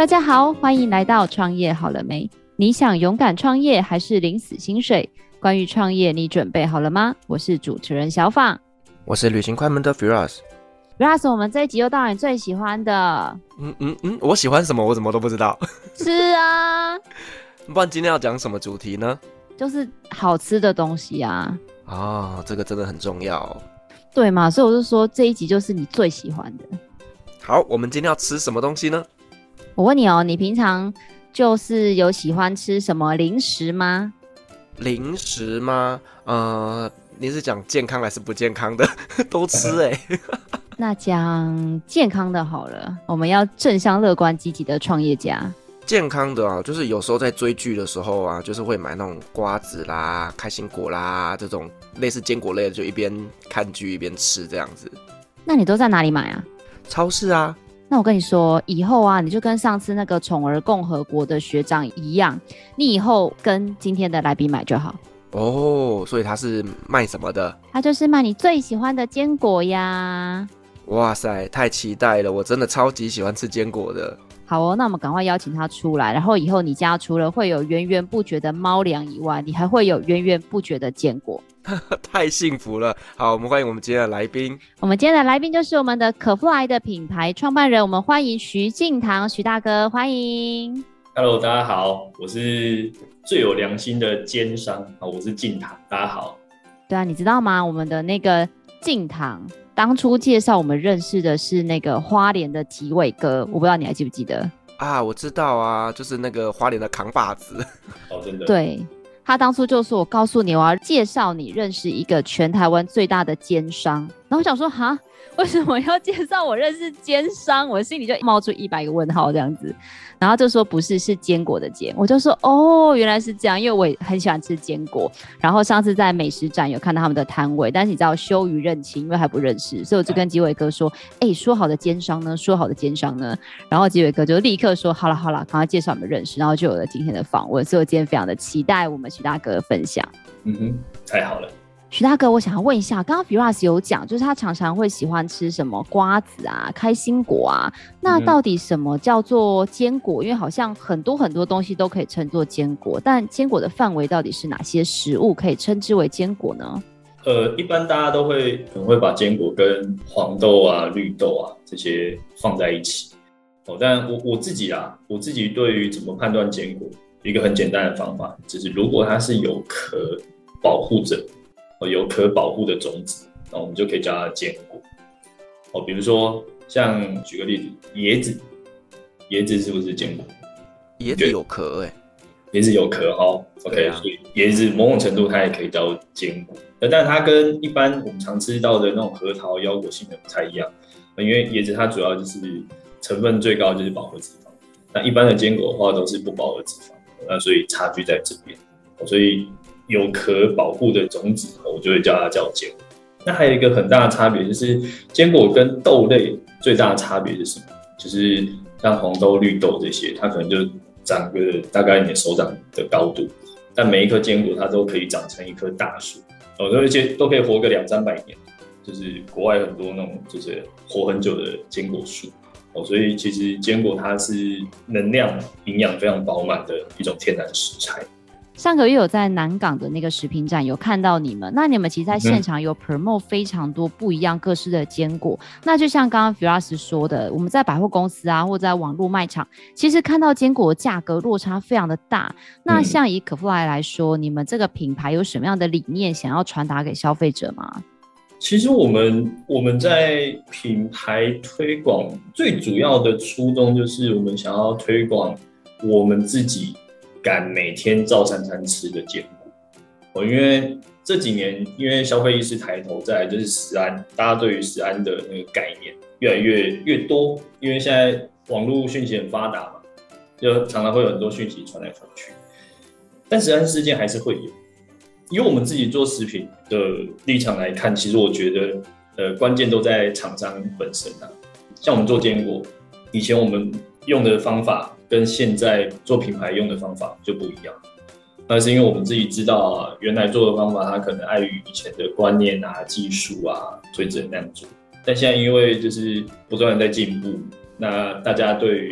大家好，欢迎来到创业好了没？你想勇敢创业还是领死薪水？关于创业，你准备好了吗？我是主持人小访， 我是旅行快门的 Firas。 我们这一集又到你最喜欢的。 我喜欢什么？我怎么都不知道。 是啊， 不然今天要讲什么主题呢？ 就是好吃的东西啊。 这个真的很重要。 对嘛，所以我就说这一集就是你最喜欢的。 好，我们今天要吃什么东西呢？ 我问你哦，你平常就是有喜欢吃什么零食吗？ 零食吗？你是讲健康还是不健康的？都吃欸。 那讲健康的好了，我们要正向乐观积极的创业家。 健康的啊，就是有时候在追剧的时候啊，就是会买那种瓜子啦、开心果啦这种类似坚果类的，就一边看剧一边吃这样子。 那你都在哪里买啊？ 超市啊。 那我跟你说，以后啊，你就跟上次那个宠儿共和国的学长一样，你以后跟今天的来宾买就好。 所以他是卖什么的？ 他就是卖你最喜欢的坚果呀。 哇塞，太期待了！我真的超级喜欢吃坚果的。 好哦，那我们赶快邀请他出来，然后以后你家除了会有源源不绝的猫粮以外，你还会有源源不绝的坚果。 太幸福了！好，我们欢迎我们今天的来宾。 我们今天的来宾就是我们的可夫莱的品牌创办人，我们欢迎徐敬堂，徐大哥，欢迎。 Hello， 大家好，我是最有良心的奸商，我是敬堂，大家好。 对啊，你知道吗？我们的那个敬堂当初介绍我们认识的是那个花莲的吉伟哥，我不知道你还记不记得啊？我知道啊，就是那个花莲的扛把子。 真的。 对，他当初就说，我告诉你，我要介绍你认识一个全台湾最大的奸商。然后我想说，哈，为什么要介绍我认识奸商？我心里就冒出100个问号这样子。然后就说不是，是坚果的坚。我就说原来是这样，因为我也很喜欢吃坚果。然后上次在美食展有看到他们的摊位，但是你知道羞于认亲，因为还不认识，所以我就跟吉伟哥说，说好的奸商呢？说好的奸商呢？然后吉伟哥就立刻说，好了，赶快介绍我们认识，然后就有了今天的访问。所以我今天非常的期待我们徐大哥的分享。 太好了。 徐大哥，我想要问一下，刚刚 Firas 有讲，就是他常常会喜欢吃什么瓜子啊、开心果啊，那到底什么叫做坚果？因为好像很多东西都可以称作坚果，但坚果的范围到底是哪些食物可以称之为坚果呢？ 一般大家都可能会把坚果跟黄豆啊、绿豆啊这些放在一起。但我自己对于怎么判断坚果，一个很简单的方法，就是如果它是有壳保护着。有可保护的种子，那我们就可以叫它坚果。比如说像举个例子，椰子是不是坚果？ 椰子有壳椰子有壳OK，所以椰子某种程度它也可以叫坚果，但它跟一般我们常吃到的那种核桃、腰果性的不太一样，因为椰子它主要就是成分最高就是饱和脂肪，那一般的坚果的话都是不饱和脂肪，那所以差距在这边，所以有壳保护的种子，我就会叫它叫坚果。那还有一个很大的差别，就是坚果跟豆类最大的差别是什么？就是像黄豆、绿豆这些，它可能就长个大概你的手掌的高度，但每一颗坚果它都可以长成一棵大树，而且都可以活个200-300年，就是国外很多那种就是活很久的坚果树。所以其实坚果它是能量、营养非常饱满的一种天然食材。 上个月有在南港的那个食品展有看到你们，那你们其实在现场有 promote 非常多不一样各式的坚果。那就像刚刚 Firas 说的，我们在百货公司啊，或者在网络卖场，其实看到坚果的价格落差非常的大。那像以可夫莱来说，你们这个品牌有什么样的理念想要传达给消费者吗？ 其实我们在品牌推广最主要的初衷就是我们想要推广我们自己敢每天照三餐吃的坚果。因为这几年因为消费意识抬头，再来就是食安，大家对于食安的那个概念越来越多，因为现在网络讯息很发达嘛，就常常会有很多讯息传来传去，但食安事件还是会有。以我们自己做食品的立场来看，其实我觉得关键都在厂商本身啊。像我们做坚果，以前我们用的方法跟现在做品牌用的方法就不一样。那是因为我们自己知道啊，原来做的方法它可能碍于以前的观念啊、技术啊，所以只能那样做。但现在因为就是不断的在进步，那大家对于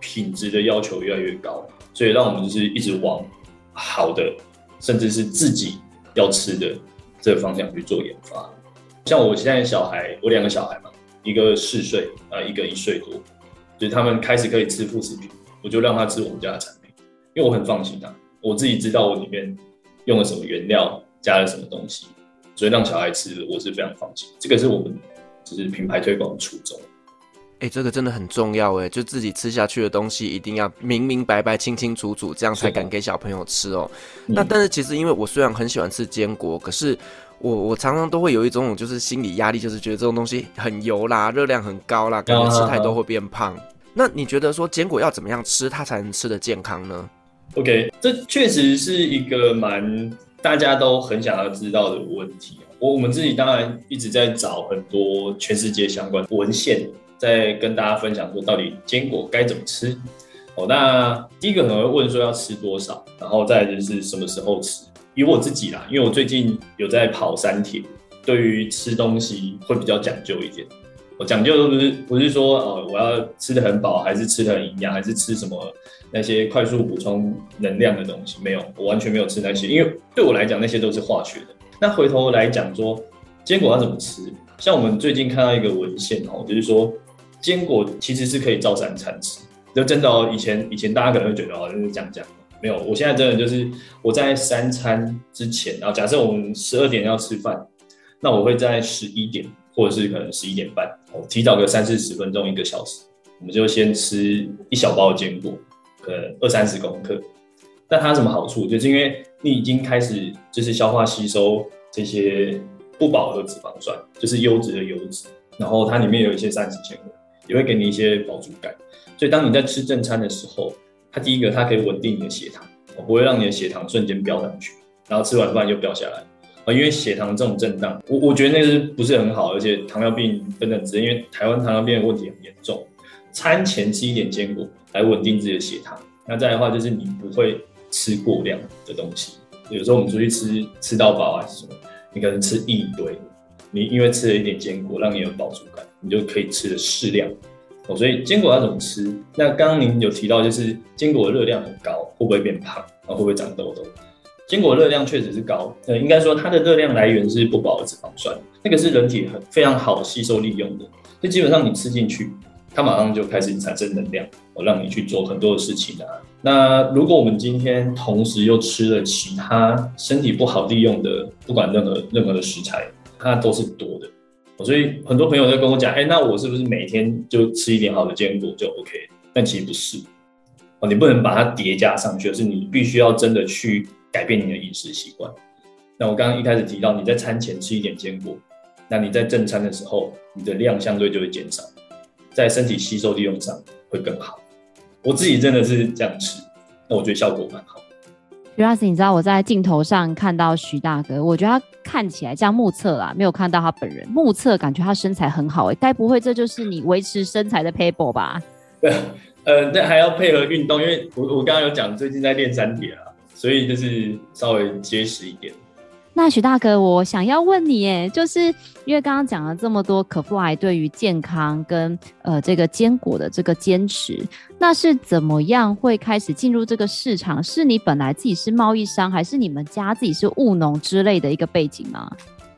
品质的要求越来越高，所以让我们就是一直往好的，甚至是自己要吃的这个方向去做研发。像我现在小孩，我2个小孩嘛，一个4岁一个1岁多，就是他们开始可以吃副食品，我就让他吃我们家的产品，因为我很放心啊，我自己知道我里面用了什么原料，加了什么东西，所以让小孩吃，我是非常放心。这个是我们就是品牌推广的初衷。 这个真的很重要就自己吃下去的东西一定要明明白白、清清楚楚，这样才敢给小朋友吃那但是其实因为我虽然很喜欢吃坚果，可是我常常都会有一种就是心理压力，就是觉得这种东西很油啦，热量很高啦，感觉吃太多会变胖。那你觉得说坚果要怎么样吃它才能吃得健康呢？ OK， 这确实是一个大家都很想要知道的问题。我们自己当然一直在找很多全世界相关文献，在跟大家分享说到底坚果该怎么吃。那第一个可能会问说要吃多少，然后再来就是什么时候吃。以我自己啦，因为我最近有在跑3铁，对于吃东西会比较讲究一点。我讲究的不是说我要吃得很饱，还是吃得很营养，还是吃什么那些快速补充能量的东西，没有，我完全没有吃那些，因为对我来讲那些都是化学的。那回头来讲说坚果要怎么吃，像我们最近看到一个文献就是说坚果其实是可以照3餐吃。就真的以前大家可能会觉得就是讲没有，我现在真的就是我在3餐之前，然后假设我们12点要吃饭，那我会在11点或者是可能11点半，提早个30-40分钟1个小时，我们就先吃1小包的坚果，可能20-30公克。但它有什么好处？就是因为你已经开始就是消化吸收这些不饱和脂肪酸，就是优质的油脂，然后它里面有一些膳食纤维，也会给你一些饱足感。所以当你在吃正餐的时候，它第一个它可以稳定你的血糖，不会让你的血糖瞬间飙上去，然后吃完饭又飙下来。因为血糖这种震荡，我觉得那是不是很好，而且糖尿病等等之类，因为台湾糖尿病的问题很严重。餐前吃一点坚果来稳定自己的血糖，那再来的话就是你不会吃过量的东西。有时候我们出去吃到饱还是什么，你可能吃一堆，你因为吃了一点坚果，让你有饱足感，你就可以吃的适量。所以坚果要怎么吃？那刚刚您有提到，就是坚果的热量很高，会不会变胖？会不会长痘痘？坚果热量确实是高，应该说它的热量来源是不饱和脂肪酸，那个是人体非常好吸收利用的，所以基本上你吃进去，它马上就开始产生能量，让你去做很多的事情那如果我们今天同时又吃了其他身体不好利用的，不管任何的食材，它都是多的。所以很多朋友在跟我讲，那我是不是每天就吃一点好的坚果就 OK？ 但其实不是，你不能把它叠加上去，而是你必须要真的去改变你的饮食习惯。那我刚刚一开始提到，你在餐前吃一点坚果，那你在正餐的时候，你的量相对就会减少，在身体吸收利用上会更好。我自己真的是这样吃，那我觉得效果蛮好。 徐老师，你知道我在镜头上看到徐大哥，我觉得他看起来这样目测啦，没有看到他本人，目测感觉他身材很好该不会这就是你维持身材的 paper 吧？ 那还要配合运动，因为我刚刚有讲最近在练3铁所以就是稍微结实一点。 那许大哥，我想要问你就是因为刚刚讲了这么多Kefly对于健康跟这个坚果的这个坚持，那是怎么样会开始进入这个市场？是你本来自己是贸易商，还是你们家自己是务农之类的一个背景吗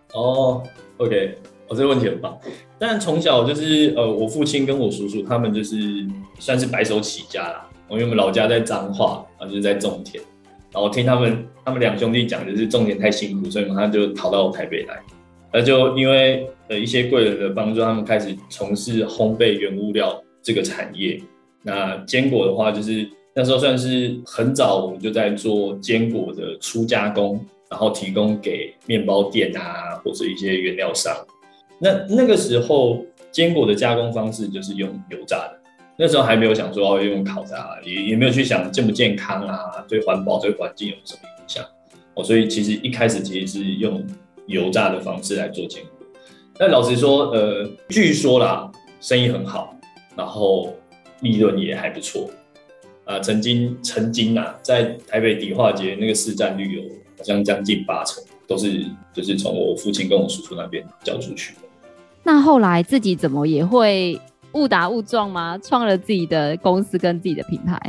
？OK， 这个问题很棒。但从小就是我父亲跟我叔叔他们就是算是白手起家啦，因为我们老家在彰化就是在种田。然后我听他们2兄弟讲，就是种田太辛苦，所以他就逃到台北来。那就因为一些贵人的帮助，他们开始从事烘焙原物料这个产业。那坚果的话，就是那时候算是很早，我们就在做坚果的初加工，然后提供给面包店或者一些原料商。那个时候坚果的加工方式就是用油炸的。那时候还没有想说要用烤炸，也没有去想健不健康对环保对环境有什么影响所以其实一开始其实是用油炸的方式来做坚果。但老实说据说啦生意很好，然后利润也还不错曾经在台北迪化街那个市占率有好像将近80%，都是就是从我父亲跟我叔叔那边交出去的。 那后来自己怎么也会误打误撞吗？创了自己的公司跟自己的品牌。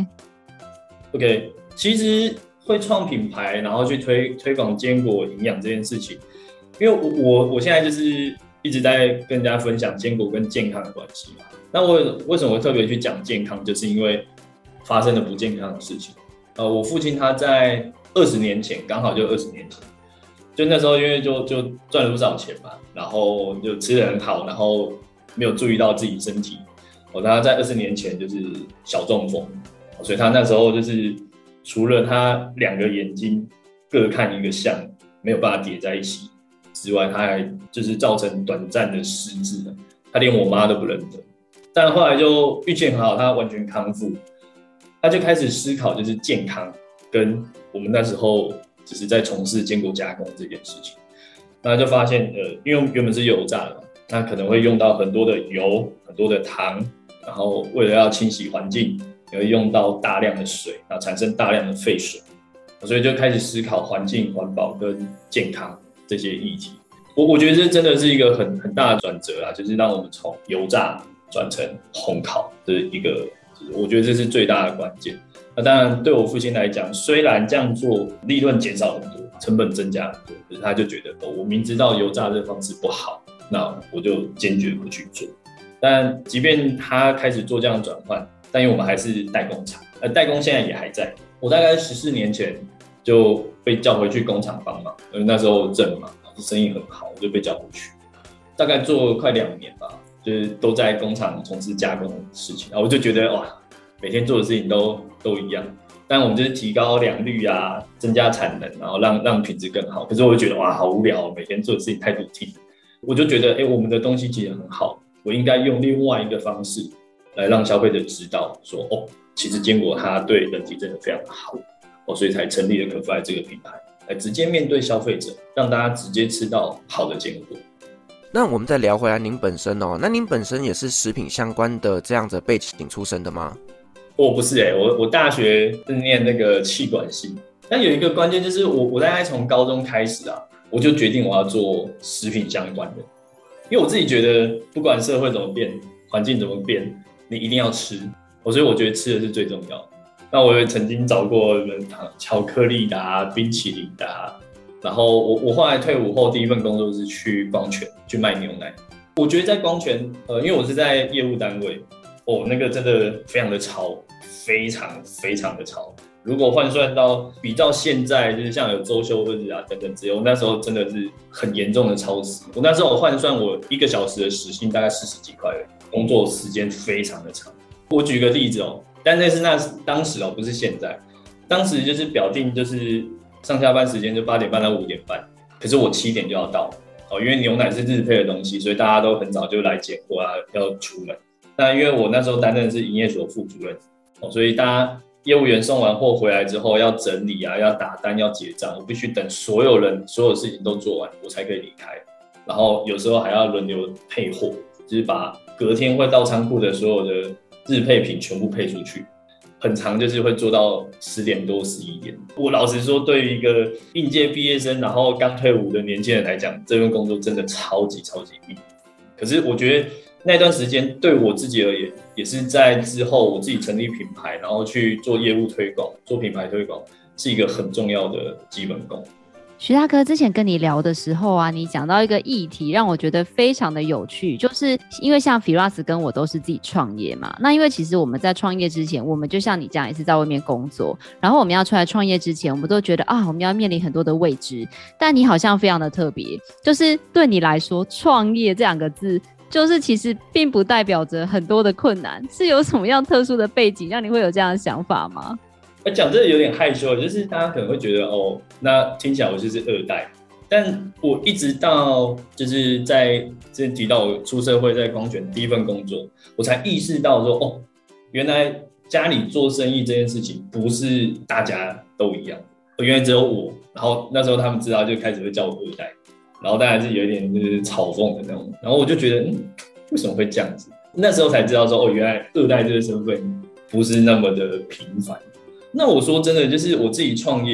OK， 其实会创品牌，然后去推广坚果营养这件事情，因为我现在就是一直在跟大家分享坚果跟健康的关系嘛。那我为什么会特别去讲健康，就是因为发生了不健康的事情。我父亲他在20年前，刚好就20年前，就那时候因为就赚了不少钱嘛，然后就吃得很好，然后没有注意到自己身体。他在20年前就是小中风，所以他那时候就是除了他2个眼睛各看一个项，没有办法叠在一起之外，他还就是造成短暂的失智，他连我妈都不认得。但后来就运气很好，他完全康复，他就开始思考就是健康跟我们那时候只是在从事坚果加工这件事情。那就发现因为原本是油炸的嘛，那可能会用到很多的油、很多的糖，然后为了要清洗环境，也会用到大量的水，然后产生大量的废水，所以就开始思考环境、环保跟健康这些议题。我觉得这真的是一个很大的转折啦，就是让我们从油炸转成烘烤的一个，我觉得这是最大的关键。那当然，对我父亲来讲，虽然这样做利润减少很多，成本增加很多，可是他就觉得我明知道油炸这方式不好，那我就坚决不去做。但即便他开始做这样的转换，但因为我们还是代工厂，代工现在也还在。我大概14年前就被叫回去工厂帮忙，因为那时候正嘛，生意很好，我就被叫回去，大概做快2年吧，就是都在工厂从事加工的事情。然后我就觉得哇，每天做的事情都一样，但我们就是提高良率啊，增加产能，然后让品质更好。可是我就觉得哇，好无聊，每天做的事情太routine。我就觉得我们的东西其实很好，我应该用另外一个方式来让消费者知道说其实坚果它对人体真的非常好，所以才成立了可夫这个品牌，来直接面对消费者，让大家直接吃到好的坚果。 那我们再聊回来您本身那您本身也是食品相关的这样子背景出身的吗？ 不是我大学是念那个企管系，但有一个关键就是我大概从高中开始啊，我就决定我要做食品相关的，因为我自己觉得不管社会怎么变，环境怎么变，你一定要吃，所以我觉得吃的是最重要的。那我也曾经找过巧克力的啊、冰淇淋的啊，然后我后来退伍后第一份工作是去光泉去卖牛奶。我觉得在光泉，因为我是在业务单位，那个真的非常的潮，非常非常的潮。如果换算到比照现在，就是像有周休日啊等等之类，我那时候真的是很严重的超时。我那时候换算我1个小时的时薪大概40几块，工作时间非常的长。我举个例子但那是当时不是现在。当时就是表定就是上下班时间就8点半到5点半，可是我7点就要到因为牛奶是日配的东西，所以大家都很早就来拣货啊，要出门。那因为我那时候担任的是营业所副主任，所以大家业务员送完货回来之后要整理啊，要打单，要结账，我必须等所有人所有事情都做完，我才可以离开。然后有时候还要轮流配货，就是把隔天会到仓库的所有的日配品全部配出去。很常就是会做到10点多11点。我老实说，对于一个应届毕业生，然后刚退伍的年轻人来讲，这份工作真的超级硬。可是我觉得那段时间对我自己而言，也是在之后我自己成立品牌，然后去做业务推广、做品牌推广，是一个很重要的基本功。 徐大哥之前跟你聊的时候啊，你讲到一个议题让我觉得非常的有趣，就是因为像 Firas 跟我都是自己创业嘛，那因为其实我们在创业之前，我们就像你这样也是在外面工作，然后我们要出来创业之前，我们都觉得我们要面临很多的未知，但你好像非常的特别，就是对你来说创业这2个字就是其实并不代表着很多的困难，是有什么样特殊的背景让你会有这样的想法吗？ 讲这个有点害羞，就是大家可能会觉得那听起来我就是2代，但我一直到就是在之前提到我出社会在光泉第一份工作，我才意识到说原来家里做生意这件事情不是大家都一样，原来只有我。然后那时候他们知道就开始会叫我2代，然后当然是有一点就是嘲讽的那种，然后我就觉得为什么会这样子？那时候才知道说原来2代这个身份不是那么的平凡。那我说真的，就是我自己创业啊，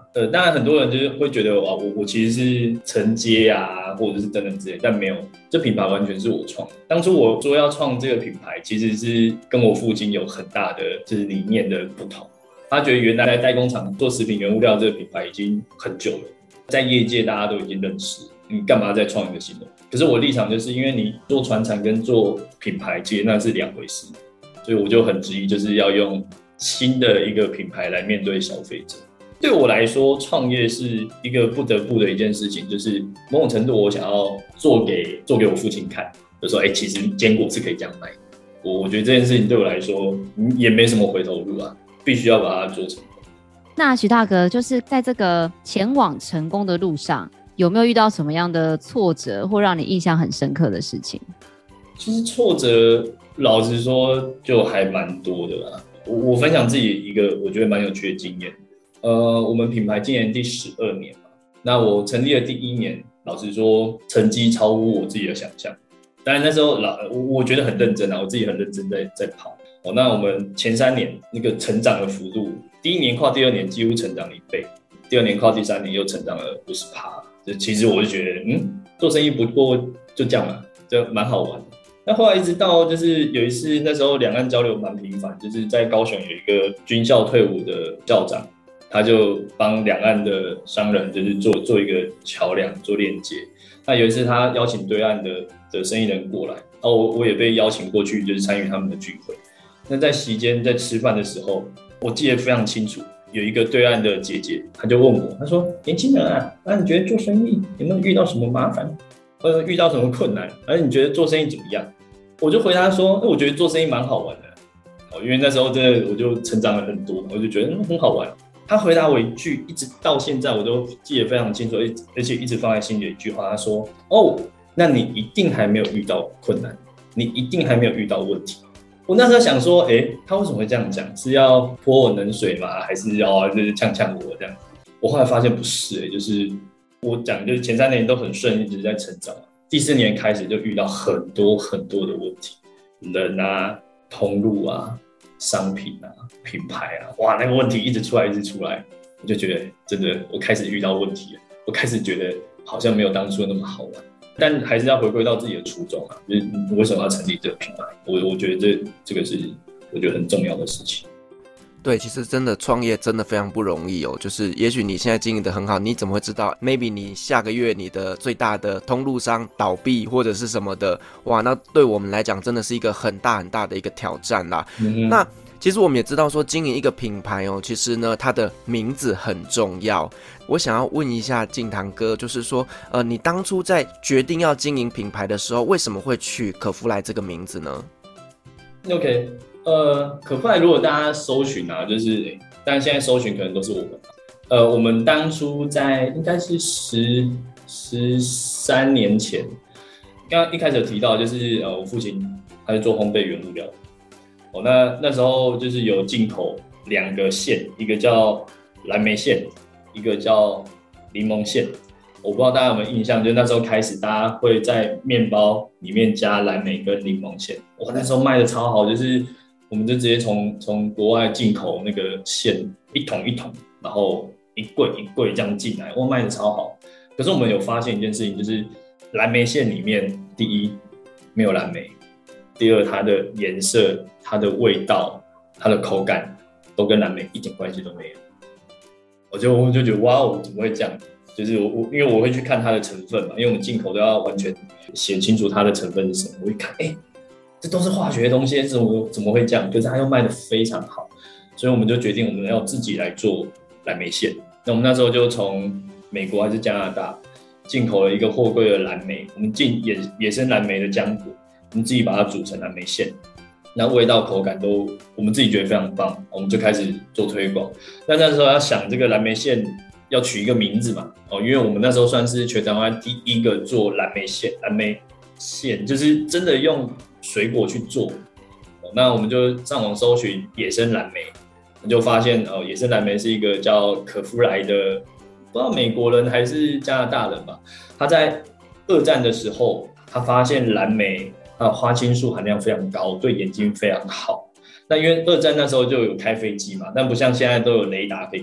当然很多人就是会觉得我其实是承接啊，或者是等等之类，但没有，这品牌完全是我创的。当初我说要创这个品牌，其实是跟我父亲有很大的就是理念的不同。他觉得原来在代工厂做食品原物料这个品牌已经很久了，在业界大家都已经认识，你干嘛再创一个新的？可是我立场就是因为你做传产跟做品牌，其实那是两回事，所以我就很执意，就是要用新的一个品牌来面对消费者。对我来说，创业是一个不得不的一件事情，就是某种程度我想要做给我父亲看，就说其实坚果是可以这样卖。我觉得这件事情对我来说也没什么回头路啊，必须要把它做成功。 那徐大哥，就是在这个前往成功的路上，有没有遇到什么样的挫折或让你印象很深刻的事情？ 其实挫折老实说就还蛮多的啦。我分享自己一个我觉得蛮有趣的经验。我们品牌今年第12年嘛，那我成立的第1年，老实说成绩超乎我自己的想象。当然那时候我觉得很认真啊，我自己很认真在跑。那我们前3年那个成长的幅度，第1年跨第2年几乎成长1倍，第2年跨第3年又成长了50%。其实我就觉得，做生意不过就这样嘛，就蛮好玩的。那后来一直到就是有一次，那时候两岸交流蛮频繁，就是在高雄有一个军校退伍的校长，他就帮两岸的商人就是做一个桥梁，做链接。那有一次他邀请对岸的生意人过来，然后我也被邀请过去，就是参与他们的聚会。那在席间在吃饭的时候，我记得非常清楚，有一个对岸的姐姐，她就问我，她说：“年轻人啊，你觉得做生意有没有遇到什么麻烦？遇到什么困难？你觉得做生意怎么样？”我就回答说：“我觉得做生意蛮好玩的。”因为那时候真的我就成长了很多，我就觉得很好玩。他回答我一句，一直到现在我都记得非常清楚，而且一直放在心里的一句话。他说：“那你一定还没有遇到困难，你一定还没有遇到问题。”我那时候想说，他为什么会这样讲？是要泼我冷水吗？还是要就是呛我这样？我后来发现不是，就是我讲就是前3年都很顺，一直在成长。第4年开始就遇到很多很多的问题，人啊、通路啊、商品啊、品牌啊，哇，那个问题一直出来，我就觉得真的我开始遇到问题了，我开始觉得好像没有当初那么好玩。但还是要回归到自己的初衷啊，就是为什么要成立这个品牌？我觉得这个是我觉得很重要的事情。 对，其实真的创业真的非常不容易哦。就是也许你现在经营得很好，你怎么会知道 ？maybe 你下个月你的最大的通路商倒闭或者是什么的，哇，那对我们来讲真的是一个很大很大的一个挑战啦。那其实我们也知道说，经营一个品牌哦，其实呢，它的名字很重要。我想要问一下敬堂哥，就是说，你当初在决定要经营品牌的时候，为什么会取可夫莱这个名字呢 ？OK， 可夫莱如果大家搜寻啊，就是当然现在搜寻可能都是我们。我们当初在应该是13年前，刚刚一开始有提到，就是我父亲他是做烘焙原物料。那时候就是有进口2个馅，一个叫蓝莓馅，一个叫柠檬馅。我不知道大家有没有印象，就是那时候开始大家会在面包里面加蓝莓跟柠檬馅。哇，那时候卖的超好，就是我们就直接从国外进口那个馅，一桶一桶，然后一柜一柜这样进来，哇，卖的超好。可是我们有发现一件事情，就是蓝莓馅里面，第一没有蓝莓。第二，它的颜色、它的味道、它的口感都跟蓝莓一点关系都没有。我就觉得哇哦，怎么会这样？就是因为我会去看它的成分嘛，因为我们进口都要完全写清楚它的成分是什么。我一看，这都是化学的东西，怎么会这样？可是它又卖得非常好，所以我们就决定我们要自己来做蓝莓馅。那我们那时候就从美国还是加拿大进口了一个货柜的蓝莓，我们进野生蓝莓的浆果。我们自己把它煮成蓝莓馅，那味道口感都我们自己觉得非常棒，我们就开始做推广。那时候要想这个蓝莓馅要取一个名字嘛，因为我们那时候算是全台湾第一个做蓝莓馅就是真的用水果去做。那我们就上网搜寻野生蓝莓，我就发现野生蓝莓是一个叫可夫莱的，不知道美国人还是加拿大人吧，他在2战的时候，他发现蓝莓花青素含量非常高，对眼睛非常好。那因为2战那时候就有开飞机嘛，但不像现在都有雷达可以看，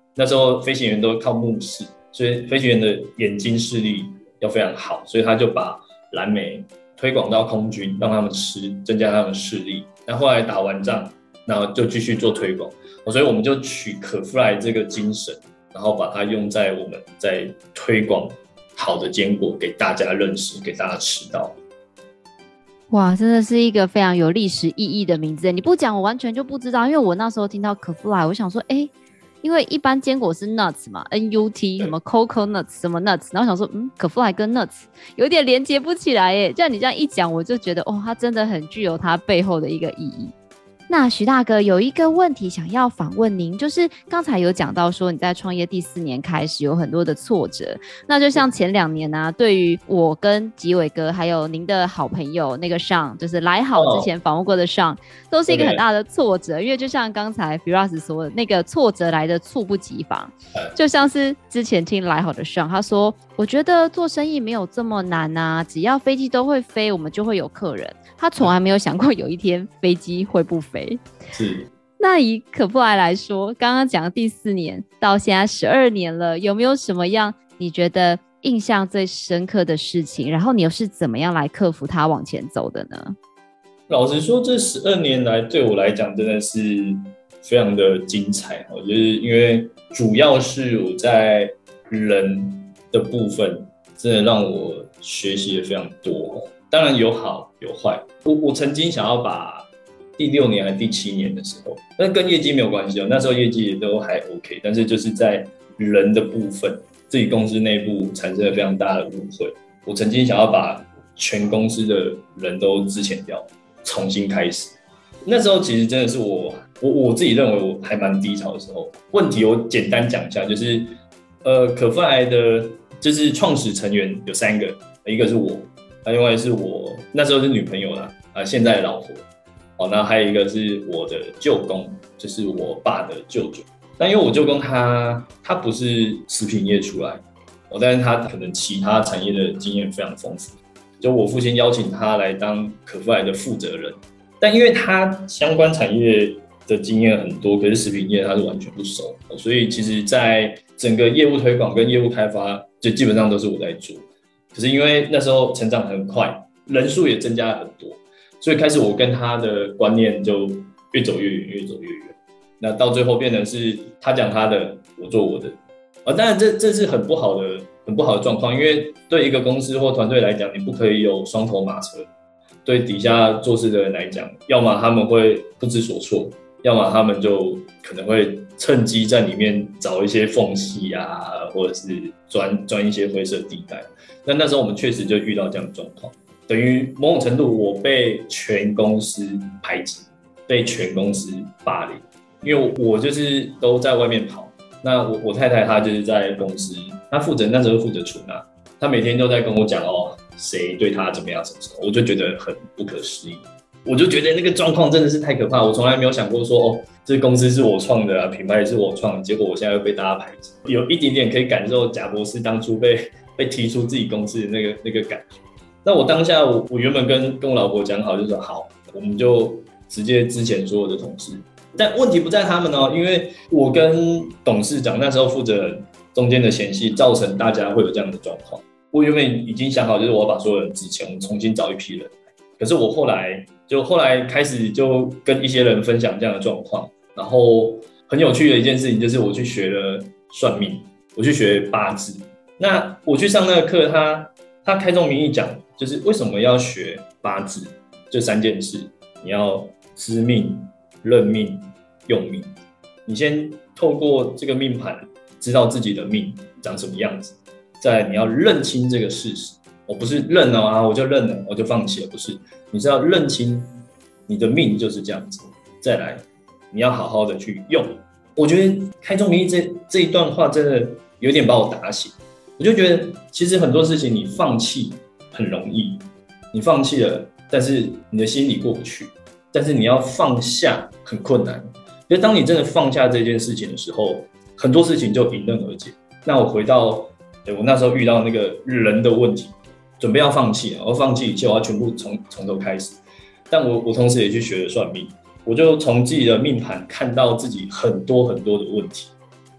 那时候飞行员都靠目视，所以飞行员的眼睛视力要非常好，所以他就把蓝莓推广到空军，让他们吃，增加他们视力。那后来打完仗，然后就继续做推广，所以我们就取可夫莱这个精神，然后把它用在我们在推广好的坚果给大家认识，给大家吃到。 哇，真的是一个非常有历史意义的名字，你不讲我完全就不知道。因为我那时候听到可夫莱，我想说，因为一般坚果是 nuts 嘛 ，NUT 什么 cocoa nuts 什么 nuts， 然后想说，可夫莱跟 nuts 有点连接不起来耶。这样你这样一讲，我就觉得，它真的很具有它背后的一个意义。那徐大哥有一个问题想要访问您，就是刚才有讲到说你在创业第4年开始有很多的挫折，那就像前2年啊，对于我跟吉伟哥还有您的好朋友那个Sean，就是来好之前访问过的Sean，都是一个很大的挫折，因为就像刚才 Firas 说的，那个挫折来的猝不及防，就像是之前听来好的Sean，他说我觉得做生意没有这么难啊，只要飞机都会飞，我们就会有客人。他从来没有想过有一天飞机会不飞。 是。 那以可夫莱来说，刚刚讲的第4年到现在12年了，有没有什么样你觉得印象最深刻的事情？然后你又是怎么样来克服它往前走的呢？ 老实说，这12年来对我来讲真的是非常的精彩，就是因为主要是我在人的部分真的让我学习的非常多，当然有好有坏。我曾经想要把第6年还是第7年的时候，但跟业绩没有关系，那时候业绩也都还 OK， 但是就是在人的部分，自己公司内部产生了非常大的误会。我曾经想要把全公司的人都资遣掉，重新开始。那时候其实真的是我自己认为我还蛮低潮的时候。问题我简单讲一下，就是可夫莱的就是创始成员有3个，一个是我，另外是我那时候是女朋友啦，现在的老婆。那还有一个是我的舅公，就是我爸的舅舅。但因为我舅公他不是食品业出来，但是他可能其他产业的经验非常丰富。就我父亲邀请他来当可夫莱的负责人，但因为他相关产业的经验很多，可是食品业他是完全不熟，所以其实在整个业务推广跟业务开发，就基本上都是我在做。可是因为那时候成长很快，人数也增加了很多，所以开始我跟他的观念就越走越远，越走越远。那到最后变成是他讲他的，我做我的。当然这是很不好的状况，因为对一个公司或团队来讲，你不可以有双头马车。对底下做事的人来讲，要么他们会不知所措，要么他们就可能会趁机在里面找一些缝隙啊，或者是钻一些灰色地带。那时候我们确实就遇到这样的状况，等于某种程度我被全公司排挤，被全公司霸凌，因为我就是都在外面跑。那我太太她就是在公司，她那时候负责出纳，她每天都在跟我讲谁对她怎么样什么时候，我就觉得很不可思议。我就觉得那个状况真的是太可怕，我从来没有想过说这个公司是我创的品牌也是我创的，结果我现在又被大家排挤，有一点点可以感受贾博士当初被踢出自己公司的那个感觉。那我当下我原本跟我老婆讲好，就说好，我们就直接之前所有的同事。但问题不在他们因为我跟董事长那时候负责人中间的嫌隙，造成大家会有这样的状况。我原本已经想好，就是我要把所有人之前，我们重新找一批人。可是我后来开始就跟一些人分享这样的状况，然后很有趣的一件事情就是我去学了算命，我去学八字。那我去上那个课，他开宗明义讲，就是为什么要学八字，这3件事，你要知命、认命、用命。你先透过这个命盘知道自己的命长什么样子，再来你要认清这个事实。我不是认我就认了，我就放弃了，不是，你是要认清你的命就是这样子。再来，你要好好的去用。我觉得开宗明义这一段话真的有点把我打醒。我就觉得其实很多事情你放弃很容易，你放弃了，但是你的心里过不去，但是你要放下很困难。因为当你真的放下这件事情的时候，很多事情就迎刃而解。那我回到我那时候遇到那个人的问题，准备要放弃，我放弃一切，我要全部从头开始。但我同时也去学了算命，我就从自己的命盘看到自己很多很多的问题，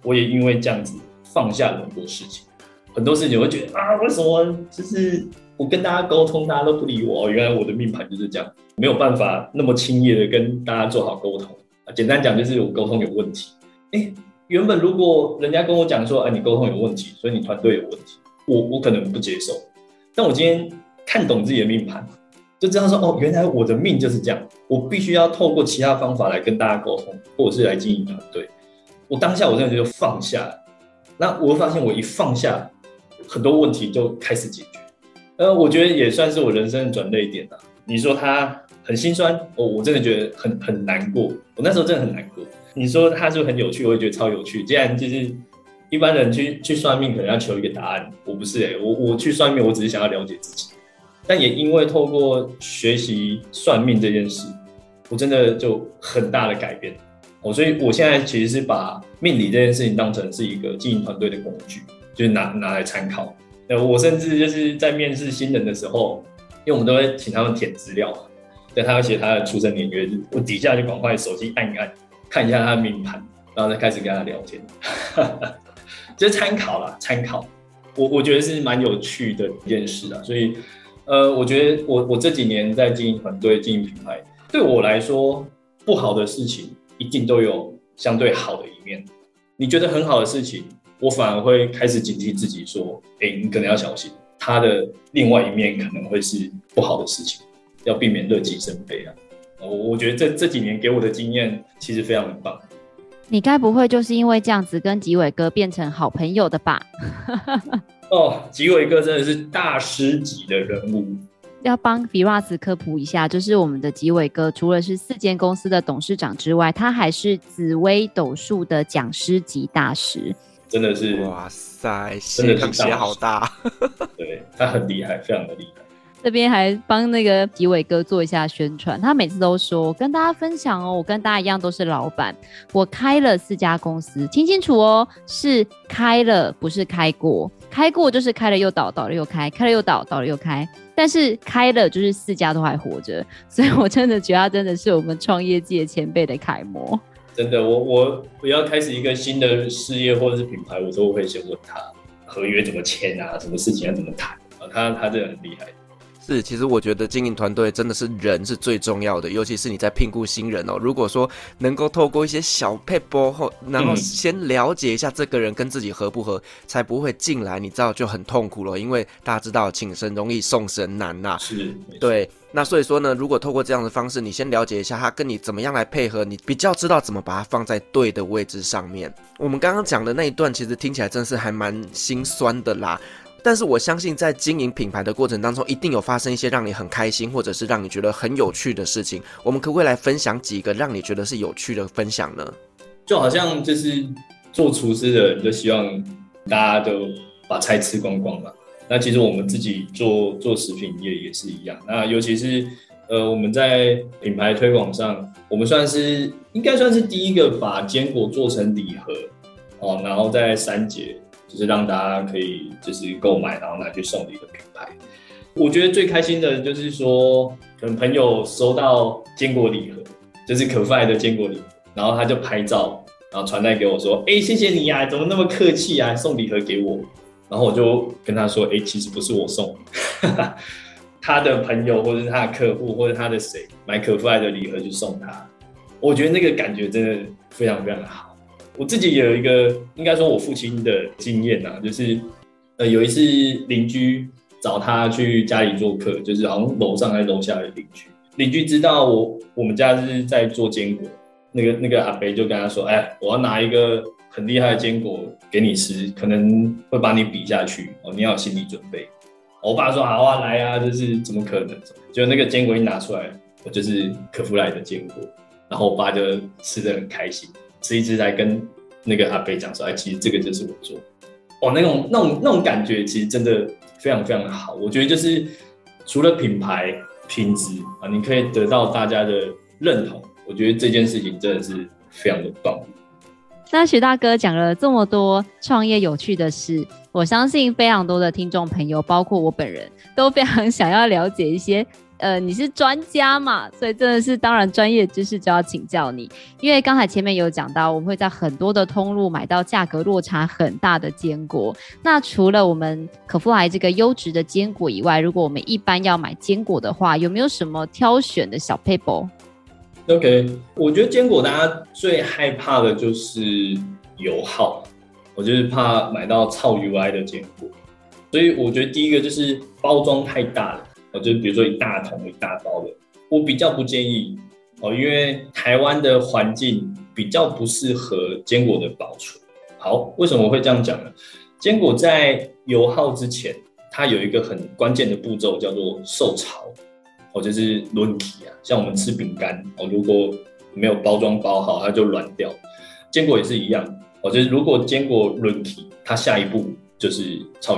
我也因为这样子放下了很多事情，很多事情我会觉得啊，为什么就是我跟大家沟通，大家都不理我？原来我的命盘就是这样，没有办法那么轻易的跟大家做好沟通。简单讲就是我沟通有问题。原本如果人家跟我讲说，你沟通有问题，所以你团队有问题，我可能不接受。但我今天看懂自己的命盘，就知道说，原来我的命就是这样，我必须要透过其他方法来跟大家沟通，或者是来经营团队。我当下我真的就放下了，那我会发现我一放下，很多问题就开始解决。我觉得也算是我人生的转捩点啦。你说他很心酸，我真的觉得很难过，我那时候真的很难过。你说他是不是很有趣？我会觉得超有趣。既然就是一般人去算命可能要求一个答案，我不是我去算命，我只是想要了解自己。但也因为透过学习算命这件事，我真的就很大的改变。所以我现在其实是把命理这件事情当成是一个经营团队的工具，就是拿来参考。我甚至就是在面试新人的时候，因为我们都会请他们填资料嘛，对，他会写他的出生年月日，我底下就赶快手机按一按，看一下他的命盘，然后再开始跟他聊天，就是参考啦，参考。我觉得是蛮有趣的一件事啊，所以我觉得我这几年在经营团队、经营品牌，对我来说，不好的事情一定都有相对好的一面。你觉得很好的事情，我反而会开始警惕自己说，你可能要小心，它的另外一面可能会是不好的事情，要避免乐极生悲啊。我觉得这几年给我的经验其实非常的棒。 你该不会就是因为这样子跟吉伟哥变成好朋友的吧？ 吉伟哥真的是大师级的人物。 要帮 Firas 科普一下，就是我们的吉伟哥除了是4间公司的董事长之外，他还是紫微斗数的讲师级大师。 真的是， 哇塞，写好大。 对，他很厉害，非常的厉害。 这边还帮那个吉伟哥做一下宣传，他每次都说跟大家分享我跟大家一样都是老板，我开了4家公司，听清楚是开了，不是开过。开过就是开了又倒，倒了又开，开了又倒，倒了又开，但是开了就是4家都还活着，所以我真的觉得他真的是我们创业界前辈的楷模。 真的，我要开始一个新的事业或者是品牌，我都会先问他合约怎么签啊，什么事情要怎么谈啊，他真的很厉害。 是，其实我觉得经营团队真的是人是最重要的，尤其是你在聘雇新人如果说能够透过一些小撇步后，然后先了解一下这个人跟自己合不合，才不会进来，你知道就很痛苦了，因为大家知道请神容易送神难呐。 是， 对。那所以说呢，如果透过这样的方式，你先了解一下他跟你怎么样来配合，你比较知道怎么把它放在对的位置上面。我们刚刚讲的那一段，其实听起来真是还蛮心酸的啦。但是我相信在经营品牌的过程当中，一定有发生一些让你很开心，或者是让你觉得很有趣的事情。我们可不可以来分享几个让你觉得是有趣的分享呢？ 就好像就是做厨师的人就希望大家都把菜吃光光嘛。那其实我们自己做食品业也是一样。那尤其是我们在品牌推广上，我们应该算是第一个把坚果做成礼盒，然后再3节。就是让大家可以就是购买，然后拿去送的一个品牌。我觉得最开心的就是说，可能朋友收到坚果礼盒，就是可爱的坚果礼盒，然后他就拍照，然后传带给我说：“谢谢你呀，怎么那么客气啊，送礼盒给我。”然后我就跟他说：“其实不是我送，他的朋友或者是他的客户或者他的谁买可爱的礼盒去送他。”我觉得那个感觉真的非常非常的好。我自己也有一个，应该说我父亲的经验啊，就是有一次邻居找他去家里做客，就是好像楼上还是楼下的邻居知道我们家是在做坚果，那个阿伯就跟他说：“我要拿一个很厉害的坚果给你吃，可能会把你比下去你要有心理准备。”我爸说：“好啊，来啊，就是怎么可能？”就那个坚果一拿出来，我就是可夫来的坚果，然后我爸就吃得很开心。吃一直在跟那个阿伯讲说：“其实这个就是我做。”那种感觉其实真的非常非常的好。我觉得就是除了品牌品质你可以得到大家的认同，我觉得这件事情真的是非常的棒。 那许大哥讲了这么多创业有趣的事，我相信非常多的听众朋友，包括我本人，都非常想要了解一些你是专家嘛，所以真的是当然专业知识就要请教你。因为刚才前面有讲到，我们会在很多的通路买到价格落差很大的坚果。那除了我们可夫莱这个优质的坚果以外，如果我们一般要买坚果的话，有没有什么挑选的小撇步 ？OK， 我觉得坚果大家最害怕的就是油耗，我就是怕买到超 UI 的坚果，所以我觉得第一个就是包装太大了，就比如说一大桶一大包的，我比较不建议因为台湾的环境比较不适合坚果的保存。好，为什么我会这样讲呢？坚果在油耗之前，它有一个很关键的步骤叫做受潮，就是软体啊，像我们吃饼干如果没有包装包好，它就软掉。坚果也是一样就是如果坚果软体，它下一步就是超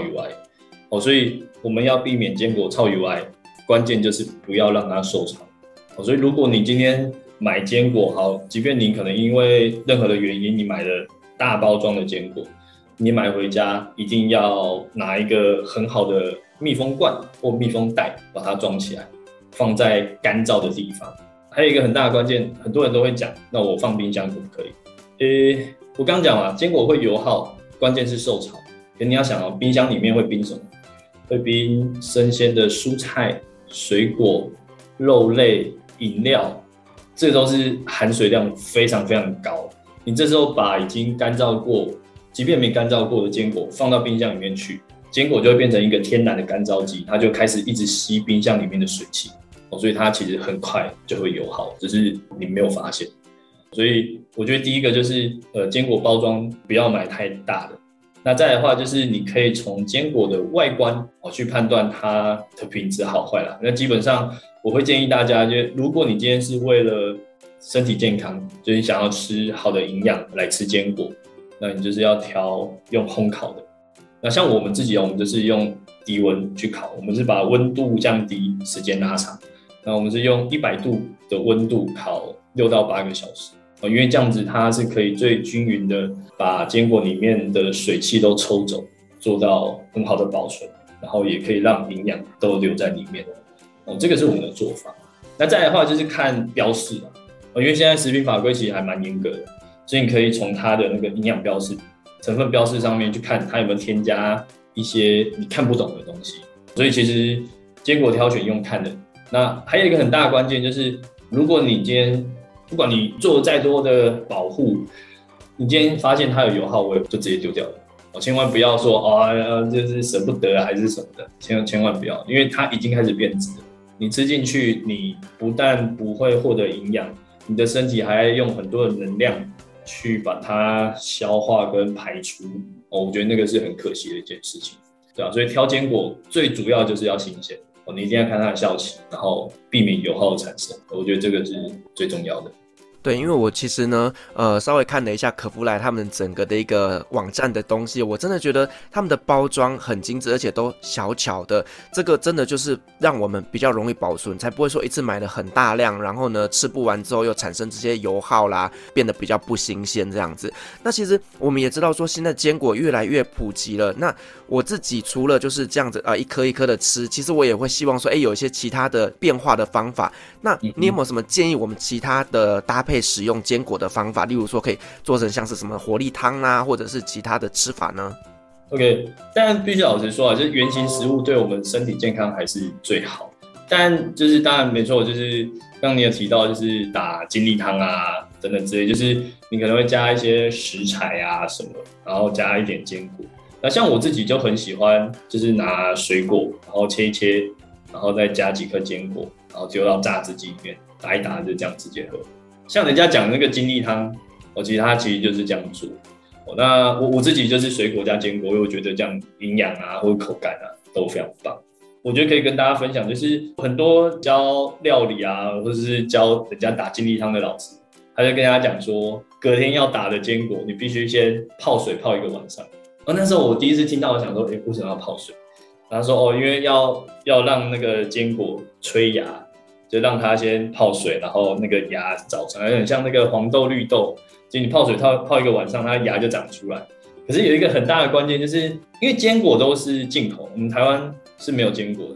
UI所以我们要避免坚果超 UI， 关键就是不要让它受潮所以如果你今天买坚果，好，即便你可能因为任何的原因，你买了大包装的坚果，你买回家一定要拿一个很好的密封罐或密封袋把它装起来，放在干燥的地方。还有一个很大的关键，很多人都会讲，那我放冰箱可不可以？我刚讲了，坚果会油耗，关键是受潮。可你要想冰箱里面会冰什么？会冰生鲜的蔬菜、水果、肉类、饮料，这都是含水量非常非常高。你这时候把已经干燥过，即便没干燥过的坚果放到冰箱里面去，坚果就会变成一个天然的干燥机，它就开始一直吸冰箱里面的水汽所以它其实很快就会油耗，只是你没有发现。所以我觉得第一个就是坚果包装不要买太大的。那再来的话就是你可以从坚果的外观去判断它的品质好坏啦。那基本上我会建议大家，就如果你今天是为了身体健康，就是想要吃好的营养来吃坚果，那你就是要挑用烘烤的。那像我们自己我们就是用低温去烤，我们是把温度降低，时间拉长。那我们是用100度的温度烤6到8个小时因为这样子它是可以最均匀的把坚果里面的水汽都抽走，做到很好的保存，然后也可以让营养都留在里面这个是我们的做法。那再来的话就是看标示因为现在食品法规其实还蛮严格的，所以你可以从它的那个营养标示、成分标示上面去看它有没有添加一些你看不懂的东西。所以其实坚果挑选用看的。那还有一个很大的关键就是，如果你今天不管你做再多的保护，你今天发现它有油耗味，就直接丢掉了千万不要说就是舍不得还是什么的，千万不要，因为它已经开始变质了。你吃进去，你不但不会获得营养，你的身体还要用很多的能量去把它消化跟排出我觉得那个是很可惜的一件事情，对所以挑坚果最主要就是要新鲜你一定要看它的效期，然后避免油耗的产生，我觉得这个是最重要的。 对，因为我其实呢，稍微看了一下可夫莱他们整个的一个网站的东西，我真的觉得他们的包装很精致，而且都小巧的，这个真的就是让我们比较容易保存，才不会说一次买了很大量，然后呢吃不完之后又产生这些油耗啦，变得比较不新鲜这样子。那其实我们也知道说，现在坚果越来越普及了，那我自己除了就是这样子一颗一颗的吃，其实我也会希望说，有一些其他的变化的方法。那你有没有什么建议我们其他的搭配使用坚果的方法，例如说可以做成像是什么活力汤啊，或者是其他的吃法呢？ OK， 但必须老实说就是原型食物对我们身体健康还是最好，但就是当然没错，就是刚刚你有提到就是打精力汤啊等等之类，就是你可能会加一些食材啊什么，然后加一点坚果。那像我自己就很喜欢就是拿水果然后切一切，然后再加几颗坚果，然后丢到榨汁机里面打一打，就这样直接喝。像人家讲那个精力汤其实它其实就是这样做那我自己就是水果加坚果，因为我觉得这样营养啊或者口感啊都非常棒。我觉得可以跟大家分享，就是很多教料理啊或者是教人家打精力汤的老师，他就跟大家讲说隔天要打的坚果你必须先泡水泡1个晚上那时候我第一次听到，我想说为什么要泡水？他说因为要让那个坚果催芽，就让它先泡水，然后那个芽长出来，有点像那个黄豆绿豆，就你泡水泡1个晚上，它芽就长出来。可是有一个很大的关键，就是因为坚果都是进口，我们台湾是没有坚果的，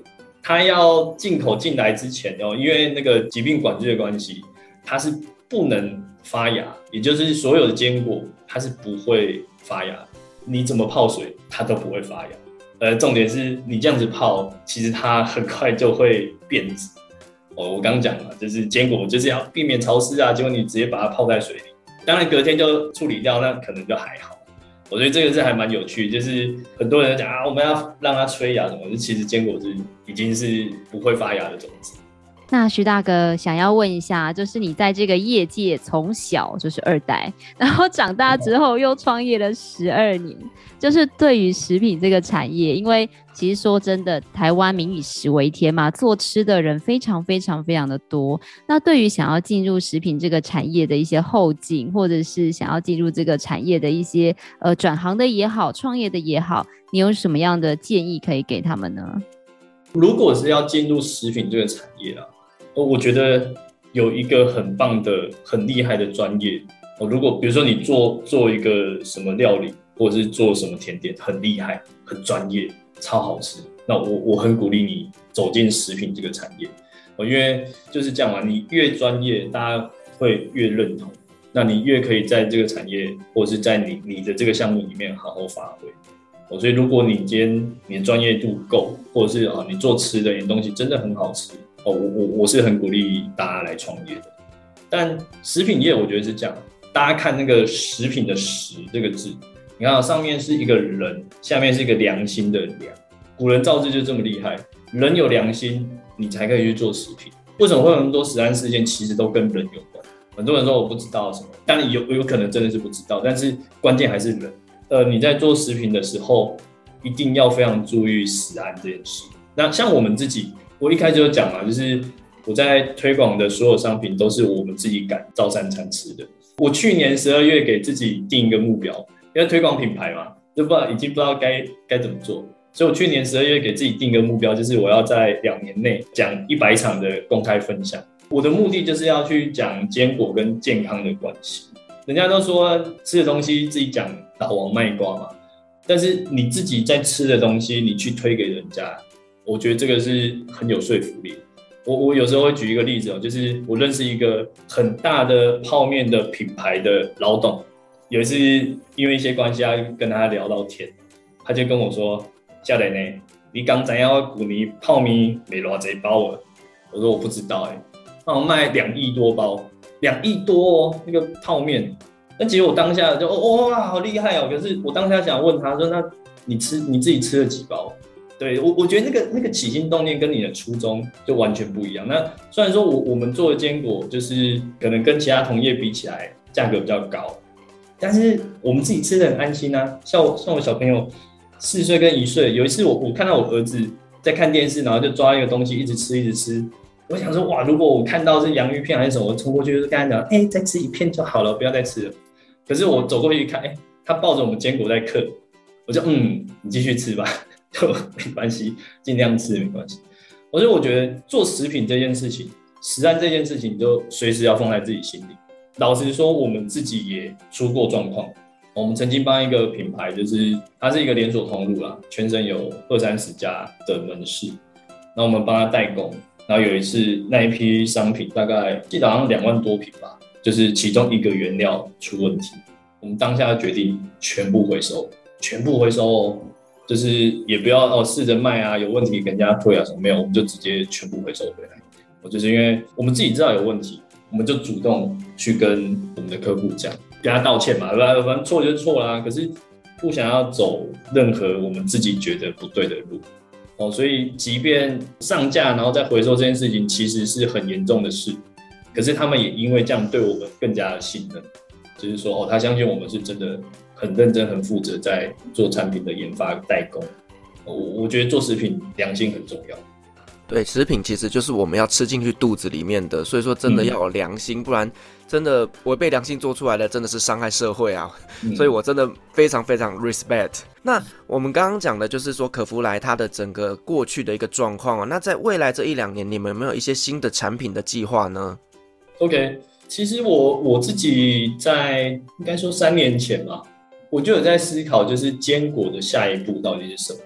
它要进口进来之前哦，因为那个疾病管制的关系，它是不能发芽，也就是所有的坚果它是不会发芽，你怎么泡水它都不会发芽。重点是你这样子泡，其实它很快就会变质。我刚刚讲了，就是坚果就是要避免潮湿啊，结果你直接把它泡在水里，当然隔天就处理掉，那可能就还好。我觉得这个是还蛮有趣，就是很多人讲啊，我们要让它催芽什么，其实坚果是已经是不会发芽的种子。 那徐大哥想要问一下，就是你在这个业界从小就是2代，然后长大之后又创业了12年，就是对于食品这个产业，因为其实说真的，台湾民以食为天嘛，做吃的人非常非常非常的多。那对于想要进入食品这个产业的一些后进，或者是想要进入这个产业的一些转行的也好，创业的也好，你有什么样的建议可以给他们呢？ 如果是要进入食品这个产业啊，我觉得有一个很棒的、很厉害的专业。如果比如说你做一个什么料理，或者是做什么甜点，很厉害、很专业、超好吃，那我很鼓励你走进食品这个产业。因为就是这样嘛，你越专业，大家会越认同，那你越可以在这个产业，或者是在你的这个项目里面好好发挥。所以如果你今天你的专业度够，或者是你做吃的，你的东西真的很好吃。我是很鼓励大家来创业的，但食品业我觉得是这样，大家看那个食品的食这个字，你看上面是一个人，下面是一个良心的良，古人造字就这么厉害，人有良心，你才可以去做食品。为什么会有那么多食安事件？其实都跟人有关。很多人说我不知道什么，但有可能真的是不知道，但是关键还是人。你在做食品的时候，一定要非常注意食安这件事。那像我们自己，我一开始就讲嘛，就是我在推广的所有商品都是我们自己敢照三餐吃的。我去年12月给自己定一个目标，因为推广品牌嘛，就已经不知道该怎么做，所以我去年12月给自己定一个目标，就是我要在2年内讲100场的公开分享。我的目的就是要去讲坚果跟健康的关系。人家都说吃的东西自己讲，老王卖瓜嘛，但是你自己在吃的东西，你去推给人家。我觉得这个是很有说服力。我有时候会举一个例子，就是我认识一个很大的泡面的品牌的老董，有一次因为一些关系，跟他聊到天，他就跟我说：“少年呢，你刚才要去年泡面卖多少包了？”我说我不知道那我卖2亿多包，2亿多那个泡面。那其实我当下就哇，好厉害可是我当下想问他说：“那你自己吃了几包？”对，我觉得那个起心动念跟你的初衷就完全不一样。那虽然说我们做的坚果就是可能跟其他同业比起来价格比较高，但是我们自己吃得很安心啊。像我小朋友4岁跟1岁，有一次我看到我儿子在看电视，然后就抓一个东西一直吃。我想说哇，如果我看到是洋芋片还是什么，我冲过去就是跟他讲，再吃1片就好了，不要再吃了。可是我走过去一看，他抱着我们坚果在嗑，我就你继续吃吧。就没关系，尽量吃没关系。所以我觉得做食品这件事情，食安这件事情，就随时要放在自己心里。老实说，我们自己也出过状况。我们曾经帮一个品牌，就是它是一个连锁通路啦，全省有20-30家的门市，那我们帮他代工。然后有一次那一批商品大概记得好像2万多瓶吧，就是其中一个原料出问题，我们当下决定全部回收就是也不要试着卖啊，有问题跟人家退啊什么没有，我们就直接全部回收回来。就是因为我们自己知道有问题，我们就主动去跟我们的客户讲，跟他道歉嘛，反正错就错啦，可是不想要走任何我们自己觉得不对的路。所以即便上架然后再回收这件事情其实是很严重的事，可是他们也因为这样对我们更加的信任，就是说他相信我们是真的很认真很负责在做产品的研发代工。我觉得做食品良心很重要。 对，食品其实就是我们要吃进去肚子里面的，所以说真的要有良心，不然真的违背良心做出来的真的是伤害社会啊。所以我真的非常非常 respect。那我们刚刚讲的就是说可夫莱它的整个过去的一个状况那在未来这1-2年你们有没有一些新的产品的计划呢？ OK， 其实我自己在应该说3年前吧，我就有在思考就是坚果的下一步到底是什么。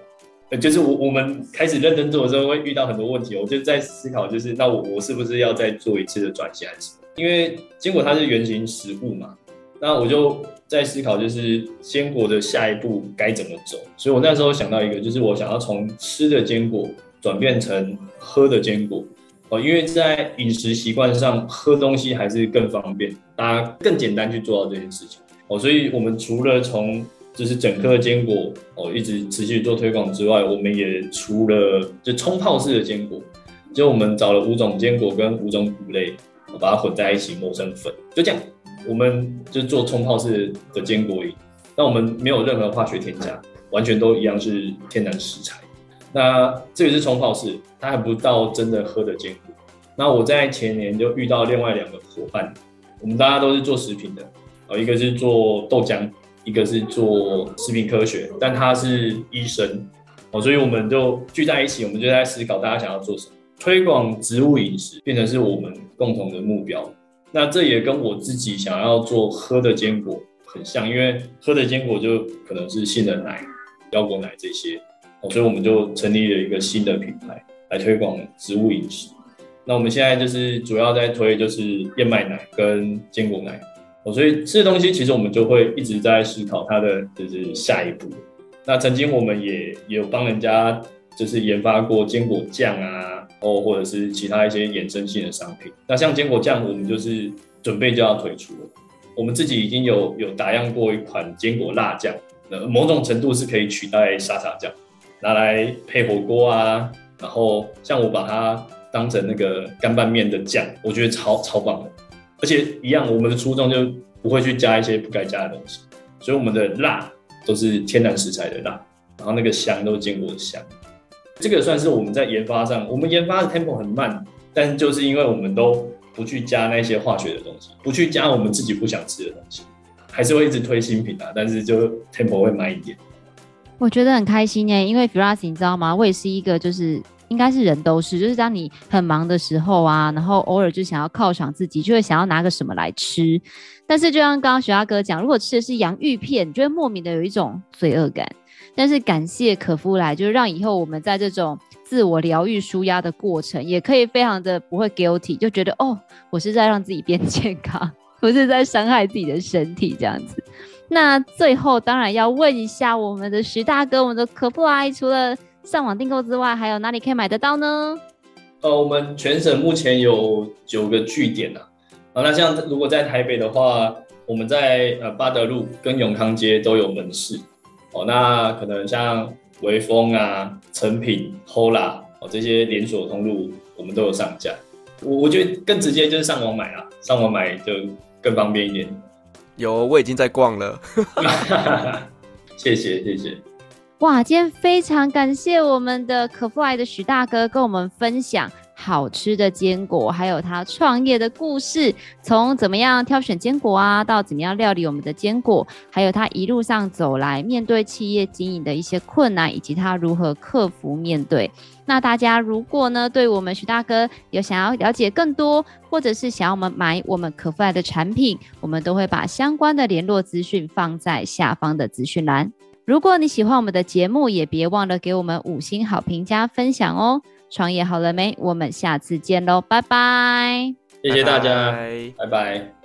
就是我们开始认真做的时候会遇到很多问题，我就在思考，就是那我是不是要再做一次的转型还是什么？因为坚果它是原型食物嘛，那我就在思考，就是坚果的下一步该怎么走。所以我那时候想到一个，就是我想要从吃的坚果转变成喝的坚果。因为在饮食习惯上，喝东西还是更方便，大家更简单去做到这件事情。所以我们除了从就是整颗坚果一直持续做推广之外，我们也除了就冲泡式的坚果，就我们找了5种坚果跟5种谷类，我把它混在一起磨成粉，就这样，我们就做冲泡式的坚果饮。那我们没有任何化学添加，完全都一样是天然食材。那这个是冲泡式，它还不到真的喝的坚果。那我在前年就遇到另外2个伙伴，我们大家都是做食品的，一个是做豆浆，一个是做食品科学，但他是医生，所以我们就聚在一起，我们就在思考大家想要做什么，推广植物饮食变成是我们共同的目标。那这也跟我自己想要做喝的坚果很像，因为喝的坚果就可能是杏仁奶、腰果奶这些。所以我们就成立了一个新的品牌来推广植物饮食。那我们现在就是主要在推就是燕麦奶跟坚果奶。所以吃的东西其实我们就会一直在思考它的就是下一步。那曾经我们也有帮人家就是研发过坚果酱啊，或者是其他一些衍生性的商品。那像坚果酱我们就是准备就要推出了。我们自己已经有打样过一款坚果辣酱，某种程度是可以取代沙茶酱，拿来配火锅啊，然后像我把它当成那个干拌面的酱，我觉得超棒的。而且一样，我们的初衷就不会去加一些不该加的东西，所以我们的辣都是天然食材的辣，然后那个香都是坚果的香。这个算是我们在研发上，我们研发的 tempo 很慢，但就是因为我们都不去加那些化学的东西，不去加我们自己不想吃的东西，还是会一直推新品啊，但是就 tempo 会慢一点。 我觉得很开心耶，因为 Firas 你知道吗？我也是一个就是应该是人都是，就是当你很忙的时候啊，然后偶尔就想要犒赏自己，就会想要拿个什么来吃。但是就像刚刚雪阿哥讲，如果吃的是洋芋片，你就会莫名的有一种罪恶感。但是感谢可夫来，就是让以后我们在这种自我疗愈舒压的过程，也可以非常的不会 guilty， 就觉得我是在让自己变健康，不是在伤害自己的身体这样子。那最后当然要问一下我们的徐大哥，我们的可夫阿姨，除了上网订购之外，还有哪里可以买得到呢？ 我们全省目前有9个据点那像如果在台北的话，我们在八德路跟永康街都有门市那可能像微风啊、诚品、Hola 这些连锁通路我们都有上架。我觉得更直接就是上网买啦，上网买就更方便一点。 有，我已经在逛了。 谢谢。 哇，今天非常感谢我们的可夫来的许大哥跟我们分享好吃的坚果，还有他创业的故事，从怎么样挑选坚果啊，到怎么样料理我们的坚果，还有他一路上走来面对企业经营的一些困难，以及他如何克服面对。那大家如果呢对我们许大哥有想要了解更多，或者是想要我们买我们可夫来的产品，我们都会把相关的联络资讯放在下方的资讯栏。如果你喜欢我们的节目，也别忘了给我们5星好评加分享哦。创业好了没？我们下次见喽，拜拜！ 谢谢大家，拜拜。